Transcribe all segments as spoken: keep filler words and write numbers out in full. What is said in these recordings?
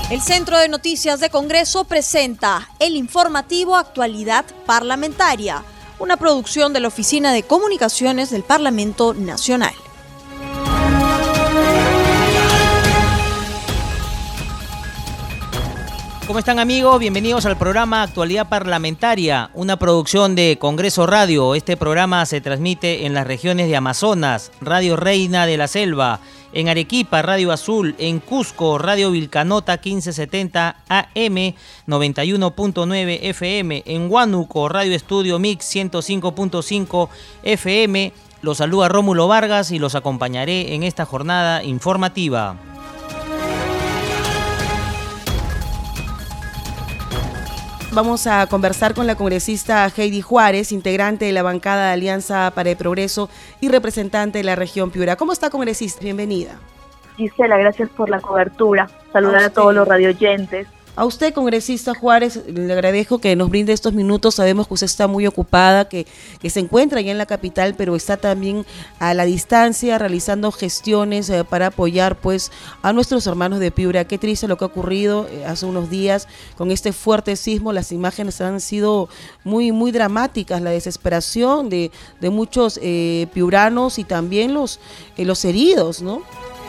El Centro de Noticias de Congreso presenta el informativo Actualidad Parlamentaria, una producción de la Oficina de Comunicaciones del Parlamento Nacional. ¿Cómo están, amigos? Bienvenidos al programa Actualidad Parlamentaria, una producción de Congreso Radio. Este programa se transmite en las regiones de Amazonas, Radio Reina de la Selva, en Arequipa, Radio Azul, en Cusco, Radio Vilcanota quince setenta A M, noventa y uno punto nueve F M, en Huánuco, Radio Estudio Mix ciento cinco punto cinco F M. Los saluda Rómulo Vargas y los acompañaré en esta jornada informativa. Vamos a conversar con la congresista Heidi Juárez, integrante de la bancada de Alianza para el Progreso y representante de la región Piura. ¿Cómo está, congresista? Bienvenida. Gisela, gracias por la cobertura. Saludar a, a todos los radioyentes. A usted, congresista Juárez, le agradezco que nos brinde estos minutos. Sabemos que usted está muy ocupada, que, que se encuentra ya en la capital, pero está también a la distancia realizando gestiones eh, para apoyar pues a nuestros hermanos de Piura. Qué triste lo que ha ocurrido eh, hace unos días con este fuerte sismo. Las imágenes han sido muy, muy dramáticas, la desesperación de, de muchos eh, piuranos y también los, eh, los heridos, ¿no?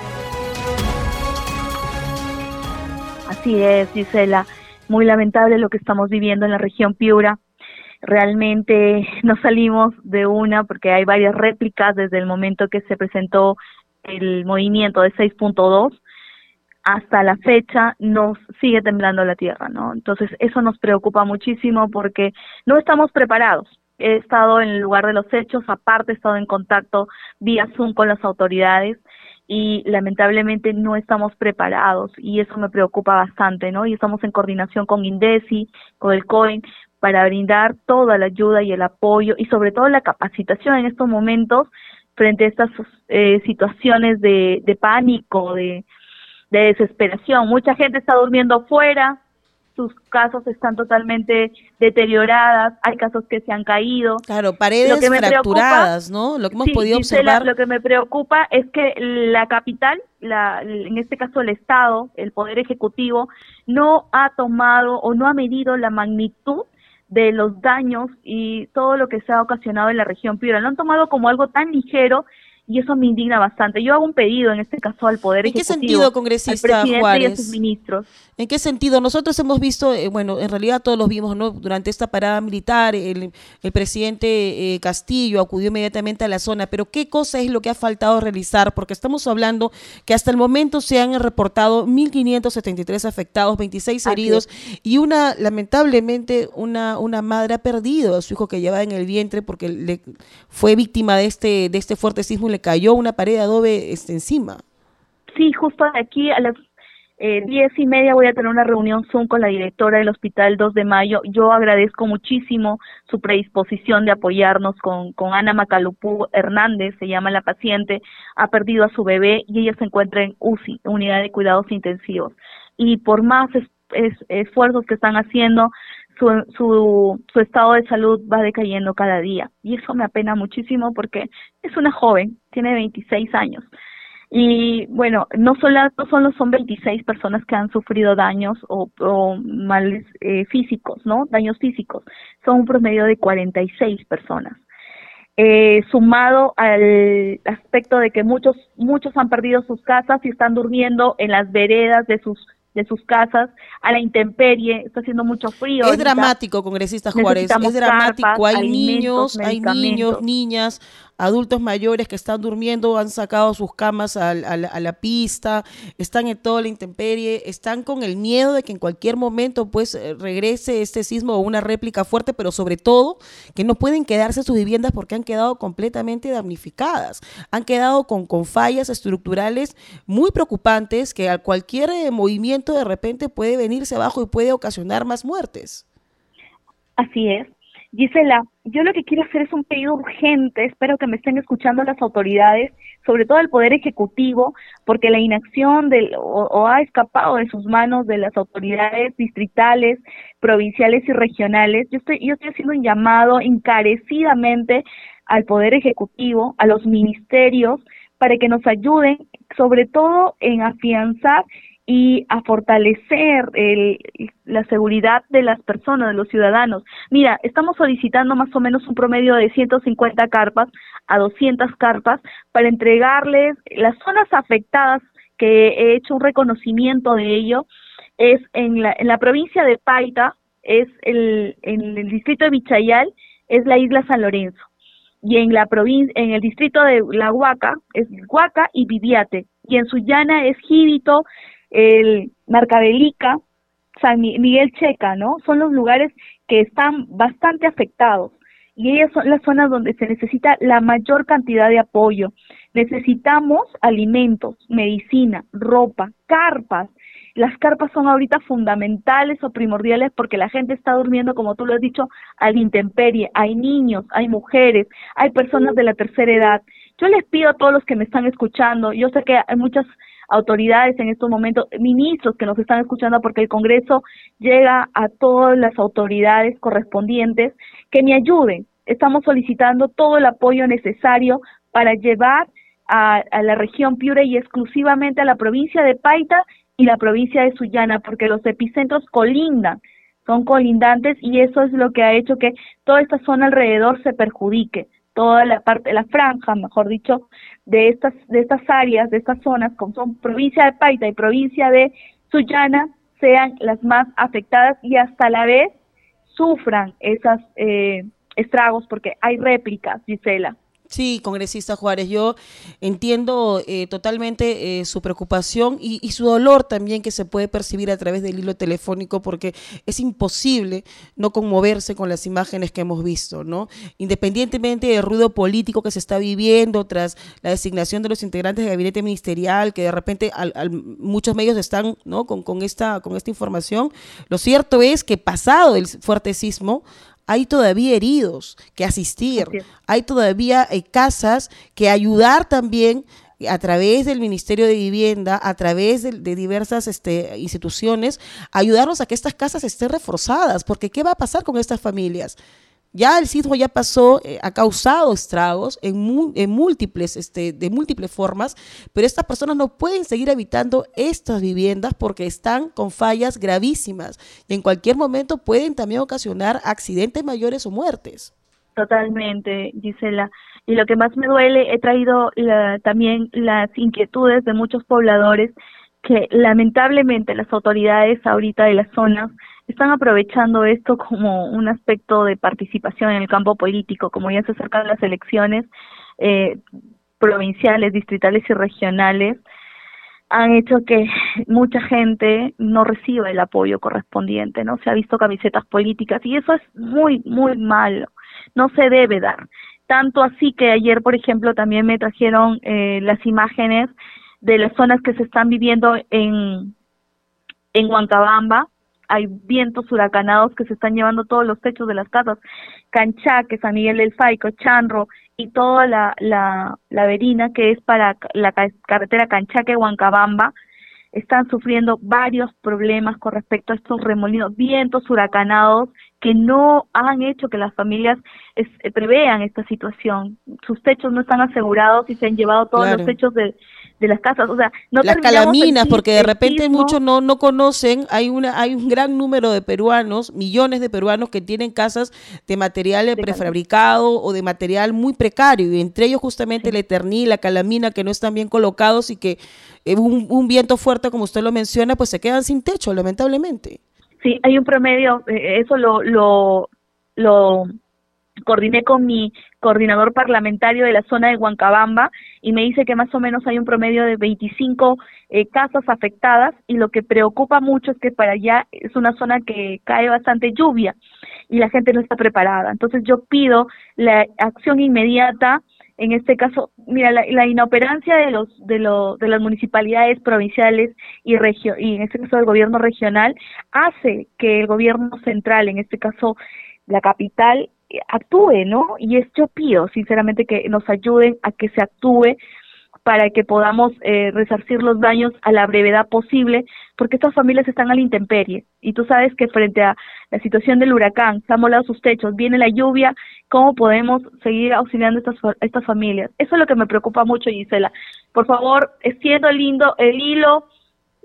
Así es, Gisela, muy lamentable lo que estamos viviendo en la región Piura. Realmente no salimos de una porque hay varias réplicas desde el momento que se presentó el movimiento de seis punto dos hasta la fecha. Nos sigue temblando la tierra, ¿no? Entonces eso nos preocupa muchísimo porque no estamos preparados. He estado en el lugar de los hechos, aparte he estado en contacto vía Zoom con las autoridades y lamentablemente no estamos preparados y eso me preocupa bastante, ¿no? Y estamos en coordinación con INDECI, con el C O E N, para brindar toda la ayuda y el apoyo y sobre todo la capacitación en estos momentos frente a estas eh, situaciones de, de pánico, de, de desesperación. Mucha gente está durmiendo afuera, sus casas están totalmente deterioradas, hay casos que se han caído. Claro, paredes fracturadas, ¿no? Lo que hemos sí, podido Gisela, observar. Lo que me preocupa es que la capital, la, en este caso el Estado, el Poder Ejecutivo, no ha tomado o no ha medido la magnitud de los daños y todo lo que se ha ocasionado en la región Piura. Lo han tomado como algo tan ligero y eso me indigna bastante. Yo hago un pedido en este caso al Poder Ejecutivo. ¿En qué sentido, congresista al presidente Juárez? Y a sus ministros. ¿En qué sentido? Nosotros hemos visto, eh, bueno, en realidad todos los vimos, ¿no? Durante esta parada militar, el, el presidente eh, Castillo acudió inmediatamente a la zona, pero ¿qué cosa es lo que ha faltado realizar? Porque estamos hablando que hasta el momento se han reportado mil quinientos setenta y tres afectados, veintiséis heridos y una, lamentablemente, una, una madre ha perdido a su hijo que llevaba en el vientre porque le fue víctima de este, de este fuerte sismo y le cayó una pared de adobe este, encima. Sí, justo aquí a las eh, diez y media voy a tener una reunión Zoom con la directora del Hospital dos de Mayo. Yo agradezco muchísimo su predisposición de apoyarnos con, con Ana Macalupú Hernández, se llama la paciente, ha perdido a su bebé y ella se encuentra en U C I, Unidad de Cuidados Intensivos. Y por más es, es, esfuerzos que están haciendo, Su, su, su estado de salud va decayendo cada día y eso me apena muchísimo porque es una joven, tiene veintiséis años y bueno, no solo, no solo son veintiséis personas que han sufrido daños o, o males eh, físicos, ¿no? Daños físicos, son un promedio de cuarenta y seis personas. Eh, sumado al aspecto de que muchos muchos han perdido sus casas y están durmiendo en las veredas de sus de sus casas, a la intemperie, está haciendo mucho frío. Es dramático, congresista Juárez, es dramático, carpas, hay niños, hay niños, niñas, adultos mayores que están durmiendo, han sacado sus camas a, a, la, a la pista, están en toda la intemperie, están con el miedo de que en cualquier momento pues regrese este sismo o una réplica fuerte, pero sobre todo que no pueden quedarse en sus viviendas porque han quedado completamente damnificadas, han quedado con, con fallas estructurales muy preocupantes que a cualquier eh, movimiento de repente puede venirse abajo y puede ocasionar más muertes. Así es. Gisela, yo lo que quiero hacer es un pedido urgente, espero que me estén escuchando las autoridades, sobre todo el Poder Ejecutivo, porque la inacción del, o, o ha escapado de sus manos de las autoridades distritales, provinciales y regionales. Yo estoy, yo estoy haciendo un llamado encarecidamente al Poder Ejecutivo, a los ministerios, para que nos ayuden, sobre todo en afianzar y a fortalecer el, la seguridad de las personas, de los ciudadanos. Mira, estamos solicitando más o menos un promedio de ciento cincuenta carpas a doscientas carpas para entregarles las zonas afectadas, que he hecho un reconocimiento de ello, es en la, en la provincia de Paita, es el, en el distrito de Vichayal, es la isla San Lorenzo, y en la provincia, en el distrito de La Huaca, es Huaca y Viviate, y en Sullana es Gíbito, el Marcabelica, San Miguel Checa, ¿no? Son los lugares que están bastante afectados, y ellas son las zonas donde se necesita la mayor cantidad de apoyo. Necesitamos alimentos, medicina, ropa, carpas. Las carpas son ahorita fundamentales o primordiales porque la gente está durmiendo, como tú lo has dicho, a la intemperie. Hay niños, hay mujeres, hay personas de la tercera edad. Yo les pido a todos los que me están escuchando, yo sé que hay muchas autoridades en estos momentos, ministros que nos están escuchando, porque el Congreso llega a todas las autoridades correspondientes, que me ayuden. Estamos solicitando todo el apoyo necesario para llevar a, a la región Piura y exclusivamente a la provincia de Paita y la provincia de Sullana, porque los epicentros colindan, son colindantes, y eso es lo que ha hecho que toda esta zona alrededor se perjudique, toda la parte, la franja, mejor dicho, de estas de estas áreas, de estas zonas, como son provincia de Paita y provincia de Sullana, sean las más afectadas y hasta a la vez sufran esos eh, estragos, porque hay réplicas, Gisela. Sí, congresista Juárez, yo entiendo eh, totalmente eh, su preocupación y, y su dolor también, que se puede percibir a través del hilo telefónico, porque es imposible no conmoverse con las imágenes que hemos visto, ¿no? Independientemente del ruido político que se está viviendo tras la designación de los integrantes del gabinete ministerial, que de repente al, al, muchos medios están, ¿no?, con, con, esta, con esta información, lo cierto es que pasado el fuerte sismo, hay todavía heridos que asistir, hay todavía eh, casas que ayudar también a través del Ministerio de Vivienda, a través de, de diversas este, instituciones, ayudarnos a que estas casas estén reforzadas, porque ¿qué va a pasar con estas familias? Ya el sismo ya pasó, eh, ha causado estragos en, mu en múltiples, este, de múltiples formas, pero estas personas no pueden seguir habitando estas viviendas porque están con fallas gravísimas y en cualquier momento pueden también ocasionar accidentes mayores o muertes. Totalmente, Gisela. Y lo que más me duele, he traído la, también las inquietudes de muchos pobladores que lamentablemente las autoridades ahorita de las zonas están aprovechando esto como un aspecto de participación en el campo político. Como ya se acercan las elecciones eh, provinciales, distritales y regionales, han hecho que mucha gente no reciba el apoyo correspondiente, ¿no? Se ha visto camisetas políticas y eso es muy, muy malo. No se debe dar. Tanto así que ayer, por ejemplo, también me trajeron eh, las imágenes de las zonas que se están viviendo en, en Huancabamba. Hay vientos huracanados que se están llevando todos los techos de las casas. Canchaque, San Miguel del Faico, Chanro y toda la, la, la verina que es para la carretera Canchaque-Huancabamba, están sufriendo varios problemas con respecto a estos remolinos, vientos huracanados que no han hecho que las familias es, eh, prevean esta situación. Sus techos no están asegurados y se han llevado todos Claro. los techos de, de las casas. O sea, no Las terminamos calaminas, el- porque de el repente sismo. muchos no, no conocen, hay una hay un gran número de peruanos, millones de peruanos que tienen casas de material De prefabricado o de material muy precario, y entre ellos justamente Sí. el Eternil, la calamina, que no están bien colocados y que eh, un, un viento fuerte, como usted lo menciona, pues se quedan sin techo, lamentablemente. Sí, hay un promedio, eh, eso lo, lo, lo coordiné con mi coordinador parlamentario de la zona de Huancabamba y me dice que más o menos hay un promedio de veinticinco eh, casas afectadas, y lo que preocupa mucho es que para allá es una zona que cae bastante lluvia y la gente no está preparada. Entonces yo pido la acción inmediata. En este caso, mira, la, la inoperancia de los de los de las municipalidades provinciales y regio y en este caso del gobierno regional hace que el gobierno central, en este caso la capital, eh, actúe, ¿no? Y es, yo pido sinceramente que nos ayuden a que se actúe para que podamos eh, resarcir los daños a la brevedad posible, porque estas familias están a la intemperie, y tú sabes que frente a la situación del huracán, se han volado sus techos, viene la lluvia, ¿cómo podemos seguir auxiliando a estas, fa- estas familias? Eso es lo que me preocupa mucho, Gisela. Por favor, extiendo lindo el hilo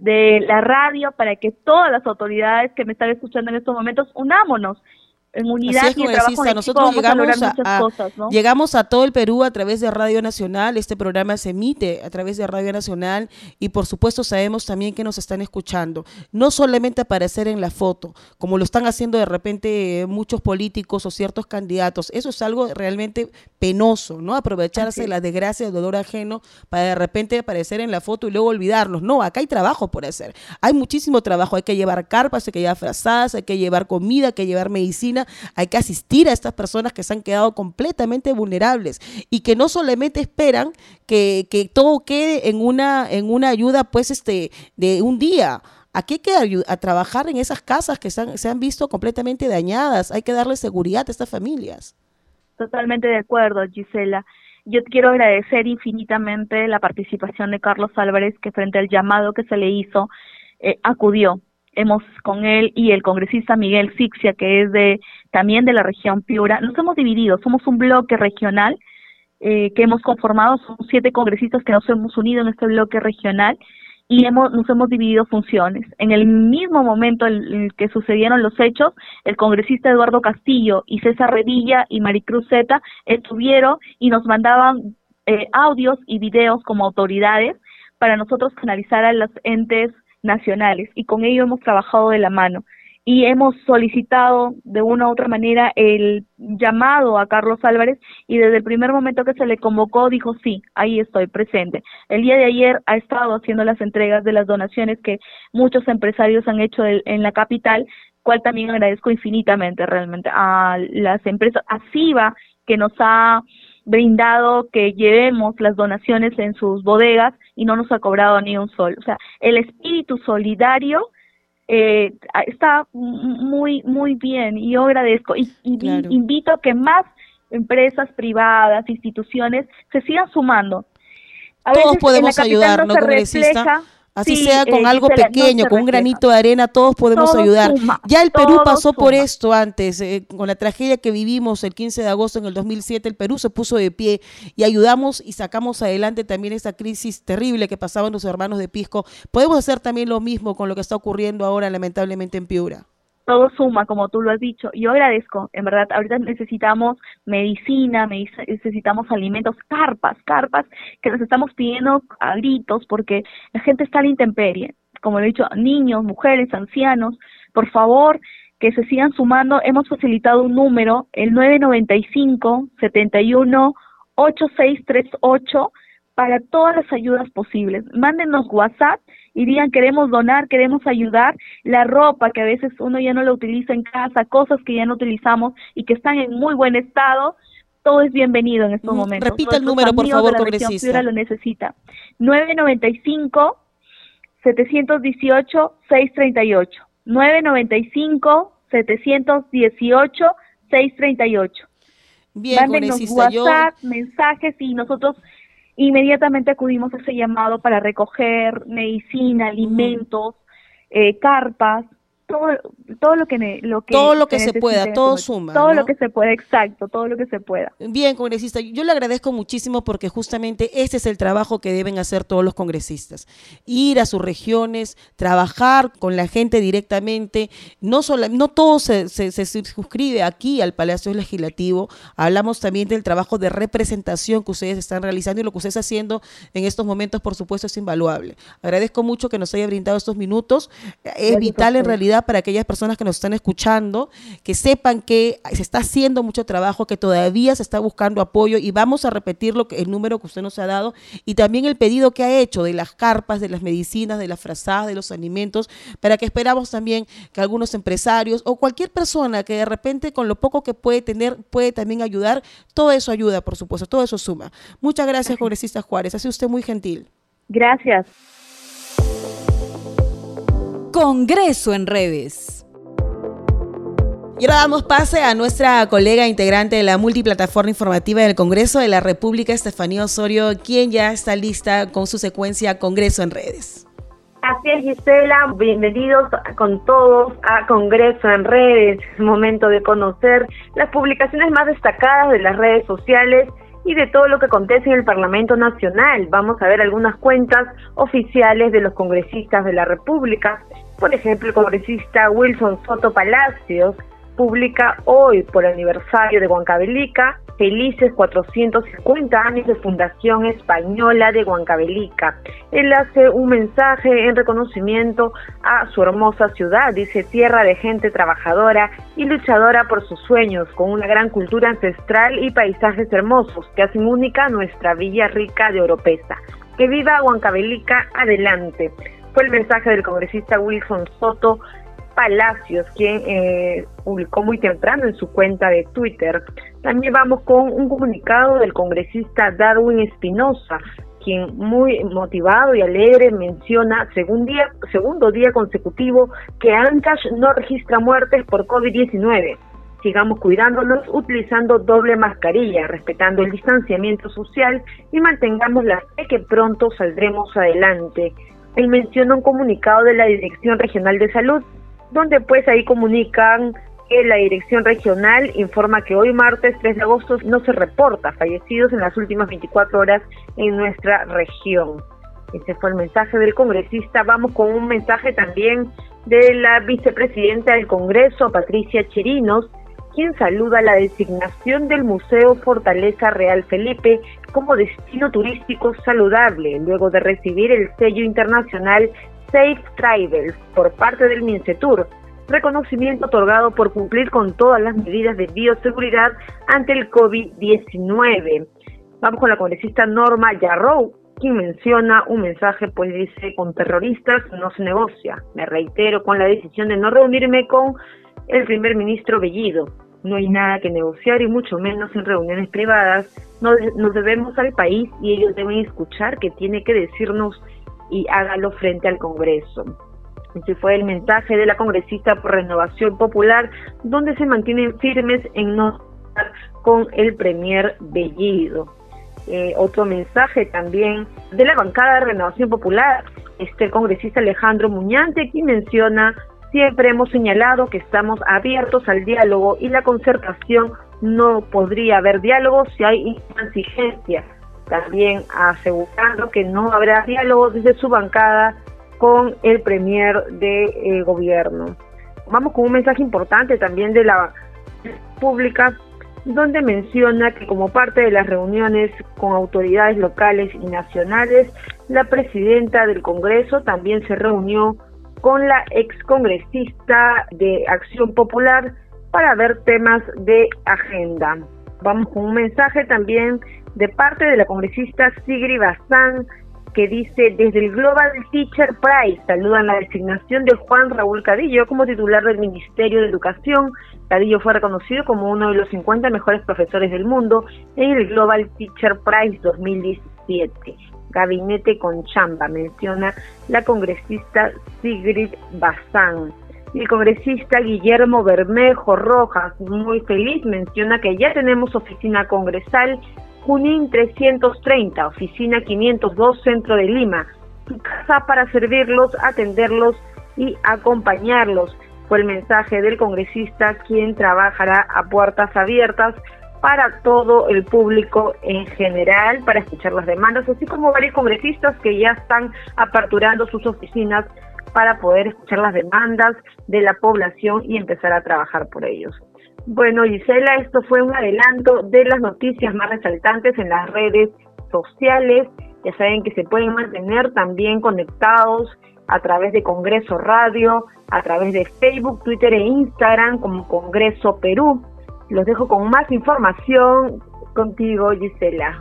de la radio para que todas las autoridades que me están escuchando en estos momentos unámonos en unidad es, y en trabajo en equipo. Nosotros vamos llegamos a lograr a, muchas a, cosas, ¿no? Llegamos a todo el Perú a través de Radio Nacional. Este programa se emite a través de Radio Nacional y por supuesto sabemos también que nos están escuchando. No solamente aparecer en la foto, como lo están haciendo de repente eh, muchos políticos o ciertos candidatos. Eso es algo realmente penoso, ¿no? Aprovecharse de la desgracia, del dolor ajeno para de repente aparecer en la foto y luego olvidarnos. No, acá hay trabajo por hacer. Hay muchísimo trabajo. Hay que llevar carpas, hay que llevar frazadas, hay que llevar comida, hay que llevar medicina. Hay que asistir a estas personas que se han quedado completamente vulnerables y que no solamente esperan que, que todo quede en una, en una ayuda pues este de un día. Aquí hay que ayud- a trabajar en esas casas que se han, se han visto completamente dañadas. Hay que darle seguridad a estas familias. Totalmente de acuerdo, Gisela. Yo quiero agradecer infinitamente la participación de Carlos Álvarez, que frente al llamado que se le hizo, eh, acudió. Hemos con él y el congresista Miguel Sixia, que es de también de la región Piura, nos hemos dividido, somos un bloque regional eh, que hemos conformado, somos siete congresistas que nos hemos unido en este bloque regional y hemos nos hemos dividido funciones. En el mismo momento en el que sucedieron los hechos, el congresista Eduardo Castillo y César Revilla y Maricruz Zeta estuvieron y nos mandaban eh, audios y videos como autoridades para nosotros canalizar a los entes nacionales y con ello hemos trabajado de la mano y hemos solicitado de una u otra manera el llamado a Carlos Álvarez y desde el primer momento que se le convocó dijo sí, ahí estoy presente. El día de ayer ha estado haciendo las entregas de las donaciones que muchos empresarios han hecho en la capital, cual también agradezco infinitamente realmente a las empresas, a SIVA que nos ha brindado que llevemos las donaciones en sus bodegas y no nos ha cobrado ni un sol. O sea, el espíritu solidario eh, está muy muy bien y yo agradezco y, y claro. invito a que más empresas privadas, instituciones se sigan sumando. A Todos podemos ayudar, ¿no, congresista? Así sí, sea con eh, algo Gisela, pequeño, no con un granito de arena, todos podemos todo ayudar. Suma, ya el Perú pasó suma. por esto antes, eh, con la tragedia que vivimos el quince de agosto en el dos mil siete, el Perú se puso de pie y ayudamos y sacamos adelante también esta crisis terrible que pasaban los hermanos de Pisco. Podemos hacer también lo mismo con lo que está ocurriendo ahora lamentablemente en Piura. Todo suma, como tú lo has dicho. Yo agradezco, en verdad, ahorita necesitamos medicina, necesitamos alimentos, carpas, carpas, que nos estamos pidiendo a gritos porque la gente está a la intemperie. Como lo he dicho, niños, mujeres, ancianos, por favor, que se sigan sumando. Hemos facilitado un número, el nueve noventa y cinco, setenta y uno, ochenta y seis treinta y ocho, para todas las ayudas posibles. Mándenos WhatsApp y digan queremos donar, queremos ayudar, la ropa que a veces uno ya no la utiliza en casa, cosas que ya no utilizamos y que están en muy buen estado, todo es bienvenido en estos momentos. Repita el número, por favor, congresista. Piura lo necesita. nueve noventa y cinco, setecientos dieciocho, seiscientos treinta y ocho. nueve noventa y cinco, setecientos dieciocho, seiscientos treinta y ocho. Bien, mándenos WhatsApp, yo... mensajes y nosotros inmediatamente acudimos a ese llamado para recoger medicina, alimentos, eh, carpas, todo, todo lo que lo que todo lo que se, se pueda, todo suma, todo ¿no? lo que se pueda, exacto, todo lo que se pueda. Bien, congresista, yo le agradezco muchísimo porque justamente este es el trabajo que deben hacer todos los congresistas, ir a sus regiones, trabajar con la gente directamente, no solo, no todo se, se, se suscribe aquí al Palacio Legislativo, hablamos también del trabajo de representación que ustedes están realizando y lo que ustedes están haciendo en estos momentos, por supuesto, es invaluable. Agradezco mucho que nos haya brindado estos minutos, es vital en realidad para aquellas personas que nos están escuchando, que sepan que se está haciendo mucho trabajo, que todavía se está buscando apoyo y vamos a repetir lo que, el número que usted nos ha dado y también el pedido que ha hecho de las carpas, de las medicinas, de las frazadas, de los alimentos, para que esperamos también que algunos empresarios o cualquier persona que de repente con lo poco que puede tener puede también ayudar, todo eso ayuda, por supuesto, todo eso suma. Muchas gracias, congresista Juárez, ha sido usted muy gentil. Gracias. Congreso en redes. Y ahora damos pase a nuestra colega integrante de la multiplataforma informativa del Congreso de la República, Estefanía Osorio, quien ya está lista con su secuencia Congreso en redes. Así es, Gisela, bienvenidos con todos a Congreso en redes. Es momento de conocer las publicaciones más destacadas de las redes sociales y de todo lo que acontece en el Parlamento Nacional. Vamos a ver algunas cuentas oficiales de los congresistas de la República. Por ejemplo, el congresista Wilson Soto Palacios publica hoy, por aniversario de Huancavelica, felices cuatrocientos cincuenta años de Fundación Española de Huancavelica. Él hace un mensaje en reconocimiento a su hermosa ciudad, dice: tierra de gente trabajadora y luchadora por sus sueños, con una gran cultura ancestral y paisajes hermosos que hacen única nuestra villa rica de Oropesa. Que viva Huancavelica, adelante. Fue el mensaje del congresista Wilson Soto Palacios, quien eh, publicó muy temprano en su cuenta de Twitter. También vamos con un comunicado del congresista Darwin Espinosa, quien muy motivado y alegre menciona segundo día, segundo día consecutivo que Ancash no registra muertes por COVID diecinueve. Sigamos cuidándonos utilizando doble mascarilla, respetando el distanciamiento social y mantengamos la fe que pronto saldremos adelante. Él menciona un comunicado de la Dirección Regional de Salud, donde pues ahí comunican que la Dirección Regional informa que hoy martes tres de agosto no se reporta fallecidos en las últimas veinticuatro horas en nuestra región. Ese fue el mensaje del congresista. Vamos con un mensaje también de la vicepresidenta del Congreso, Patricia Chirinos, quien saluda la designación del Museo Fortaleza Real Felipe como destino turístico saludable, luego de recibir el sello internacional Safe Travels por parte del MINCETUR, reconocimiento otorgado por cumplir con todas las medidas de bioseguridad ante el COVID diecinueve. Vamos con la congresista Norma Yarrow, quien menciona un mensaje, pues dice: con terroristas no se negocia. Me reitero con la decisión de no reunirme con el primer ministro Bellido. No hay nada que negociar y mucho menos en reuniones privadas. Nos, nos debemos al país y ellos deben escuchar que tiene que decirnos y hágalo frente al Congreso. Ese fue el mensaje de la congresista por Renovación Popular, donde se mantienen firmes en no estar con el premier Bellido. Eh, otro mensaje también de la bancada de Renovación Popular, este el congresista Alejandro Muñante, quien menciona: siempre hemos señalado que estamos abiertos al diálogo y la concertación. No podría haber diálogo si hay intransigencia. También asegurando que no habrá diálogo desde su bancada con el premier de eh, gobierno. Vamos con un mensaje importante también de la pública, donde menciona que como parte de las reuniones con autoridades locales y nacionales, la presidenta del Congreso también se reunió con la excongresista de Acción Popular para ver temas de agenda. Vamos con un mensaje también de parte de la congresista Sigrid Bazán, que dice: desde el Global Teacher Prize saludan la designación de Juan Raúl Cadillo como titular del Ministerio de Educación. Cadillo fue reconocido como uno de los cincuenta mejores profesores del mundo en el Global Teacher Prize dos mil diecisiete. Gabinete con chamba, menciona la congresista Sigrid Bazán. Y el congresista Guillermo Bermejo Rojas, muy feliz, menciona que ya tenemos oficina congresal Junín trescientos treinta, oficina quinientos dos, centro de Lima. Su casa para servirlos, atenderlos y acompañarlos. Fue el mensaje del congresista, quien trabajará a puertas abiertas para todo el público en general, para escuchar las demandas, así como varios congresistas que ya están aperturando sus oficinas para poder escuchar las demandas de la población y empezar a trabajar por ellos. Bueno, Gisela, esto fue un adelanto de las noticias más resaltantes en las redes sociales. Ya saben que se pueden mantener también conectados a través de Congreso Radio, a través de Facebook, Twitter e Instagram como Congreso Perú. Los dejo con más información contigo, Gisela.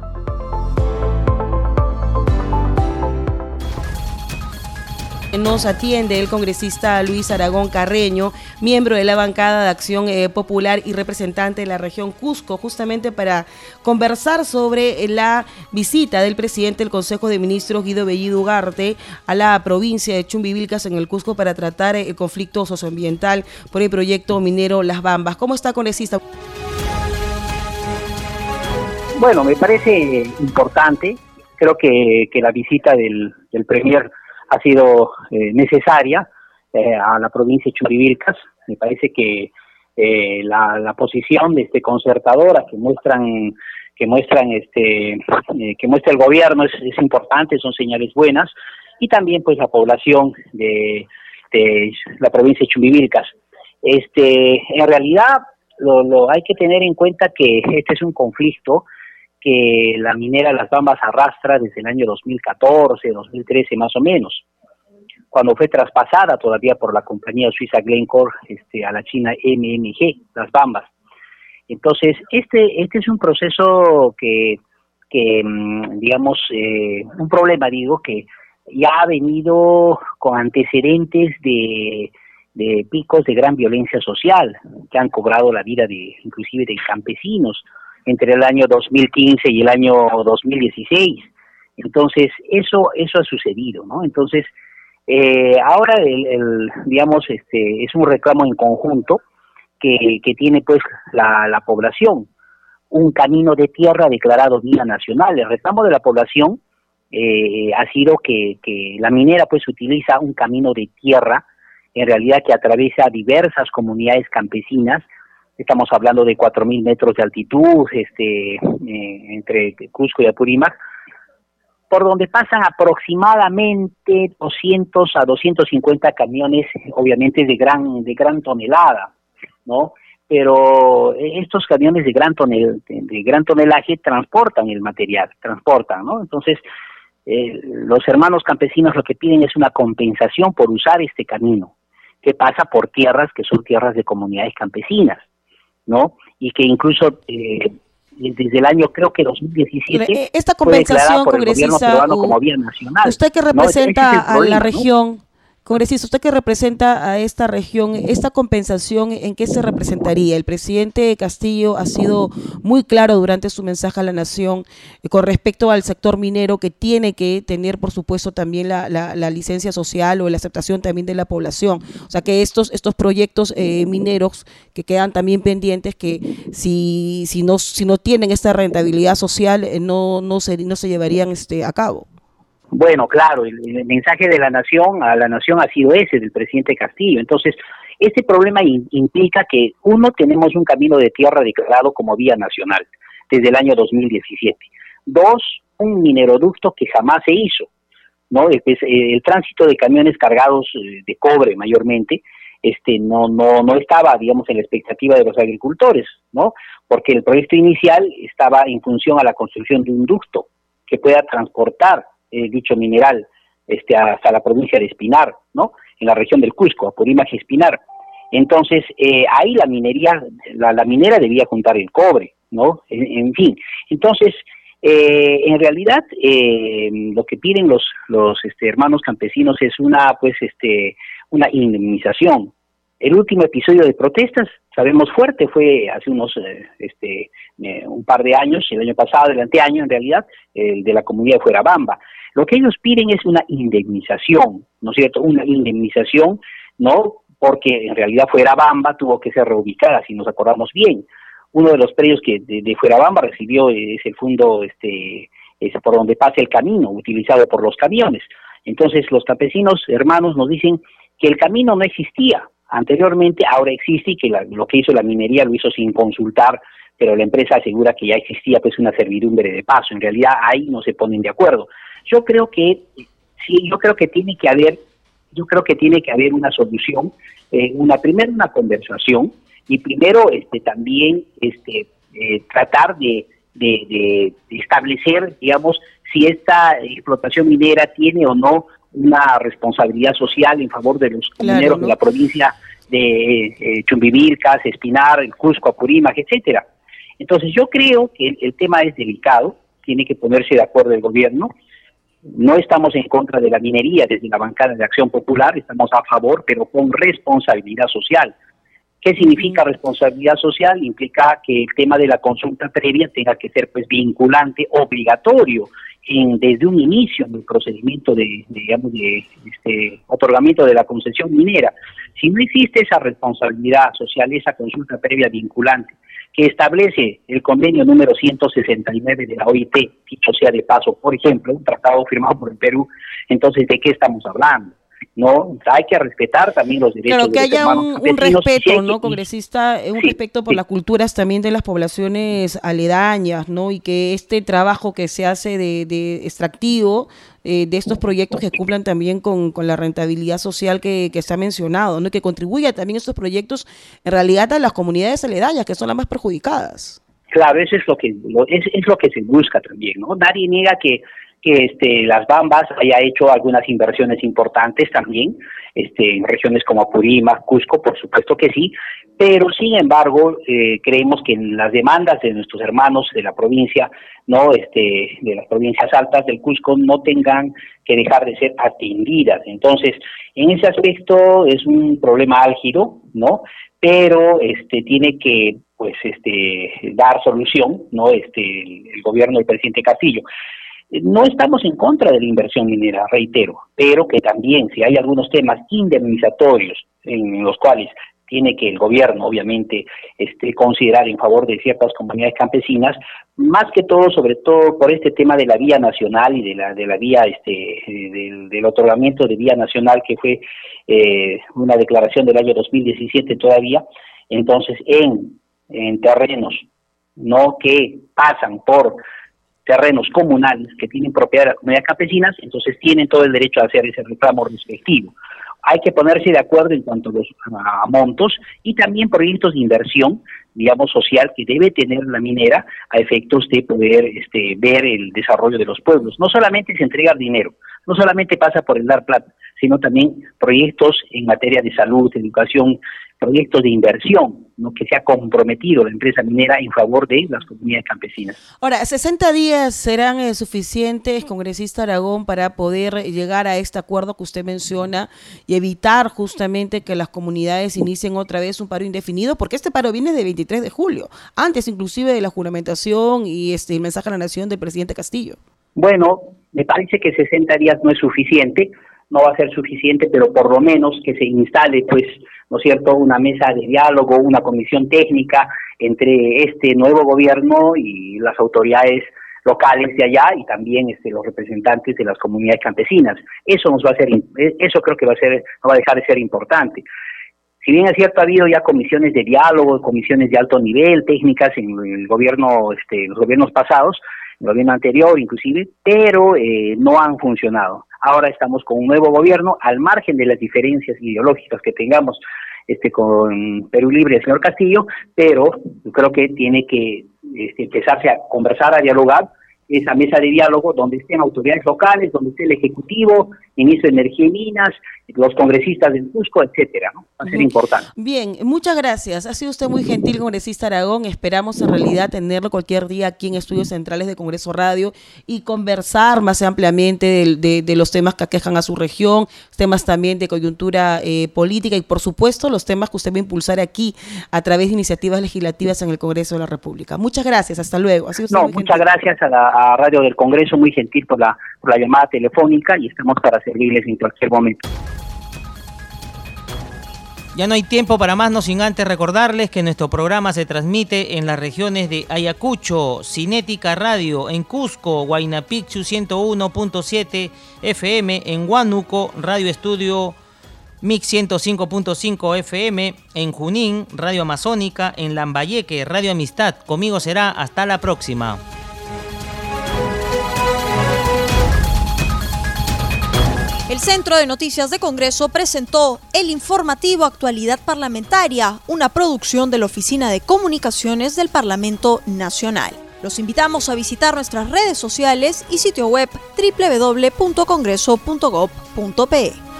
Nos atiende el congresista Luis Aragón Carreño, miembro de la bancada de Acción eh, Popular y representante de la región Cusco, justamente para conversar sobre la visita del presidente del Consejo de Ministros, Guido Bellido Ugarte, a la provincia de Chumbivilcas en el Cusco para tratar el conflicto socioambiental por el proyecto minero Las Bambas. ¿Cómo está, congresista? Bueno, me parece importante. Creo que, que la visita del, del premier ha sido eh, necesaria eh, a la provincia de Chumbivilcas. Me parece que eh, la, la posición de este concertadora que muestran que muestran este eh, que muestra el gobierno es, es importante, son señales buenas, y también pues la población de, de la provincia de Chumbivilcas. Este, en realidad lo, lo hay que tener en cuenta que este es un conflicto que la minera Las Bambas arrastra desde el año dos mil catorce, dos mil trece más o menos, cuando fue traspasada todavía por la compañía suiza Glencore este, a la China M M G, Las Bambas. Entonces, este este es un proceso que, que digamos, eh, un problema, digo, que ya ha venido con antecedentes de, de picos de gran violencia social, que han cobrado la vida de inclusive de campesinos, entre el año dos mil quince y el año dos mil dieciséis. Entonces, eso eso ha sucedido, ¿no? Entonces, eh, ahora, el, el digamos, este es un reclamo en conjunto que, que tiene, pues, la, la población, un camino de tierra declarado vía nacional. El reclamo de la población eh, ha sido que, que la minera, pues, utiliza un camino de tierra, en realidad que atraviesa diversas comunidades campesinas. Estamos hablando de cuatro mil metros de altitud, este, eh, entre Cusco y Apurímac, por donde pasan aproximadamente doscientos a doscientos cincuenta camiones, obviamente de gran de gran tonelada, ¿no? Pero estos camiones de gran tonel, de gran tonelaje transportan el material, transportan, ¿no? Entonces, eh, los hermanos campesinos lo que piden es una compensación por usar este camino, que pasa por tierras que son tierras de comunidades campesinas, ¿no? Y que incluso eh, desde el año, creo que dos mil diecisiete, esta compensación, por el gobierno peruano como vía nacional. Usted que representa, ¿no?, problema, a la región, ¿no? Congresista, usted que representa a esta región, esta compensación, ¿en qué se representaría? El presidente Castillo ha sido muy claro durante su mensaje a la nación eh, con respecto al sector minero, que tiene que tener, por supuesto, también la, la, la licencia social o la aceptación también de la población. O sea, que estos, estos proyectos eh, mineros que quedan también pendientes, que si, si, no, si no tienen esta rentabilidad social, eh, no, no, se, no se llevarían este, a cabo. Bueno, claro, el, el mensaje de la nación a la nación ha sido ese, del presidente Castillo. Entonces, este problema in, implica que, uno, tenemos un camino de tierra declarado como vía nacional desde el año dos mil diecisiete. Dos, un mineroducto que jamás se hizo, ¿no? El, el, el tránsito de camiones cargados de cobre mayormente, este, no, no, no estaba, digamos, en la expectativa de los agricultores, ¿no? Porque el proyecto inicial estaba en función a la construcción de un ducto que pueda transportar Eh, dicho mineral este, hasta la provincia de Espinar, ¿no? En la región del Cusco, Apurímac y Espinar. Entonces, eh, ahí la minería, la, la minera debía juntar el cobre, ¿no? En, en fin, entonces, eh, en realidad, eh, lo que piden los, los este, hermanos campesinos es una, pues, este, una indemnización. El último episodio de protestas, sabemos fuerte, fue hace unos, eh, este, eh, un par de años, el año pasado, el anteaño en realidad, el de la comunidad de Fuerabamba. Lo que ellos piden es una indemnización, ¿no es cierto? Una indemnización, ¿no? Porque en realidad Fuerabamba tuvo que ser reubicada, si nos acordamos bien. Uno de los predios que de, de Fuerabamba recibió es el fondo, este, es por donde pasa el camino, utilizado por los camiones. Entonces los campesinos hermanos nos dicen que el camino no existía anteriormente, ahora existe, y que la, lo que hizo la minería lo hizo sin consultar, pero la empresa asegura que ya existía, pues, una servidumbre de paso. En realidad ahí no se ponen de acuerdo. Yo creo que sí, yo creo que tiene que haber, yo creo que tiene que haber una solución, eh, una primero una conversación, y primero este también este eh, tratar de, de, de establecer, digamos, si esta explotación minera tiene o no una responsabilidad social en favor de los Claro, mineros, ¿no?, de la provincia de eh, Chumbivilcas, Espinar, el Cusco, Apurímac, etcétera. Entonces yo creo que el, el tema es delicado, tiene que ponerse de acuerdo el gobierno. No estamos en contra de la minería desde la bancada de Acción Popular, estamos a favor, pero con responsabilidad social. ¿Qué significa responsabilidad social? Implica que el tema de la consulta previa tenga que ser, pues, vinculante, obligatorio, en, desde un inicio del procedimiento de, de, digamos, de este, otorgamiento de la concesión minera. Si no existe esa responsabilidad social, esa consulta previa vinculante, que establece el convenio número ciento sesenta y nueve de la O I T, dicho sea de paso, por ejemplo, un tratado firmado por el Perú, entonces, ¿de qué estamos hablando? No, hay que respetar también los derechos. Claro, que de los haya hermanos un, un campesinos. respeto, Sí, ¿no, y- congresista? Un sí, respeto por sí. las culturas también de las poblaciones aledañas, ¿no? Y que este trabajo que se hace de, de extractivo eh, de estos proyectos que cumplan también con, con la rentabilidad social que, que se ha mencionado, ¿no? Y que contribuya también estos proyectos en realidad a las comunidades aledañas, que son las más perjudicadas. Claro, eso es lo que lo, es, es lo que se busca también, ¿no? Nadie niega que que este las Bambas haya hecho algunas inversiones importantes también, este en regiones como Apurímac, Cusco, por supuesto que sí, pero sin embargo eh, creemos que en las demandas de nuestros hermanos de la provincia, no este de las provincias altas del Cusco, no tengan que dejar de ser atendidas. Entonces, en ese aspecto es un problema álgido, ¿no? Pero este tiene que pues este dar solución, ¿no? Este el, el gobierno del presidente Castillo. No estamos en contra de la inversión minera, reitero, pero que también si hay algunos temas indemnizatorios en los cuales tiene que el gobierno, obviamente, este, considerar en favor de ciertas comunidades campesinas, más que todo, sobre todo por este tema de la vía nacional y de la de la vía, este, del, del otorgamiento de vía nacional, que fue eh, una declaración del año dos mil diecisiete todavía. Entonces, en, en terrenos no que pasan por terrenos comunales que tienen propiedad de las comunidades campesinas, entonces tienen todo el derecho a hacer ese reclamo respectivo. Hay que ponerse de acuerdo en cuanto a los a montos y también proyectos de inversión, digamos, social que debe tener la minera a efectos de poder este, ver el desarrollo de los pueblos. No solamente se entrega dinero, no solamente pasa por el dar plata, sino también proyectos en materia de salud, educación, proyectos de inversión, ¿no? Que se ha comprometido la empresa minera en favor de las comunidades campesinas. Ahora, ¿sesenta días serán eh, suficientes, congresista Aragón, para poder llegar a este acuerdo que usted menciona y evitar justamente que las comunidades inicien otra vez un paro indefinido? Porque este paro viene del veintitrés de julio, antes inclusive de la juramentación y este el mensaje a la nación del presidente Castillo. Bueno, me parece que sesenta días no es suficiente, no va a ser suficiente, pero por lo menos que se instale, pues, ¿no es cierto?, una mesa de diálogo, una comisión técnica entre este nuevo gobierno y las autoridades locales de allá y también este, los representantes de las comunidades campesinas. Eso nos va a ser, eso creo que va a ser, no va a dejar de ser importante. Si bien es cierto, ha habido ya comisiones de diálogo, comisiones de alto nivel, técnicas en el gobierno, este, los gobiernos pasados, el gobierno anterior inclusive, pero eh, no han funcionado. Ahora estamos con un nuevo gobierno, al margen de las diferencias ideológicas que tengamos este con Perú Libre y el señor Castillo, pero yo creo que tiene que este, empezarse a conversar, a dialogar, esa mesa de diálogo donde estén autoridades locales, donde esté el Ejecutivo, Ministro de Energía y Minas, los congresistas del Cusco, etcétera, ¿no? Va a ser importante. Bien, muchas gracias. Ha sido usted muy gentil, congresista Aragón. Esperamos en realidad tenerlo cualquier día aquí en Estudios Centrales de Congreso Radio y conversar más ampliamente de, de, de los temas que aquejan a su región, temas también de coyuntura eh, política y, por supuesto, los temas que usted va a impulsar aquí a través de iniciativas legislativas en el Congreso de la República. Muchas gracias. Hasta luego. Ha sido usted no, muy muchas gentil. gracias a la a Radio del Congreso, muy gentil por la, por la llamada telefónica y estamos para servirles en cualquier momento. Ya no hay tiempo para más, no sin antes recordarles que nuestro programa se transmite en las regiones de Ayacucho, Cinética Radio, en Cusco, Huayna Picchu ciento uno punto siete F M, en Huánuco, Radio Estudio Mix ciento cinco punto cinco F M, en Junín, Radio Amazónica, en Lambayeque, Radio Amistad. Conmigo será hasta la próxima. El Centro de Noticias de Congreso presentó el informativo Actualidad Parlamentaria, una producción de la Oficina de Comunicaciones del Parlamento Nacional. Los invitamos a visitar nuestras redes sociales y sitio web doble u doble u doble u punto congreso punto gob punto pe.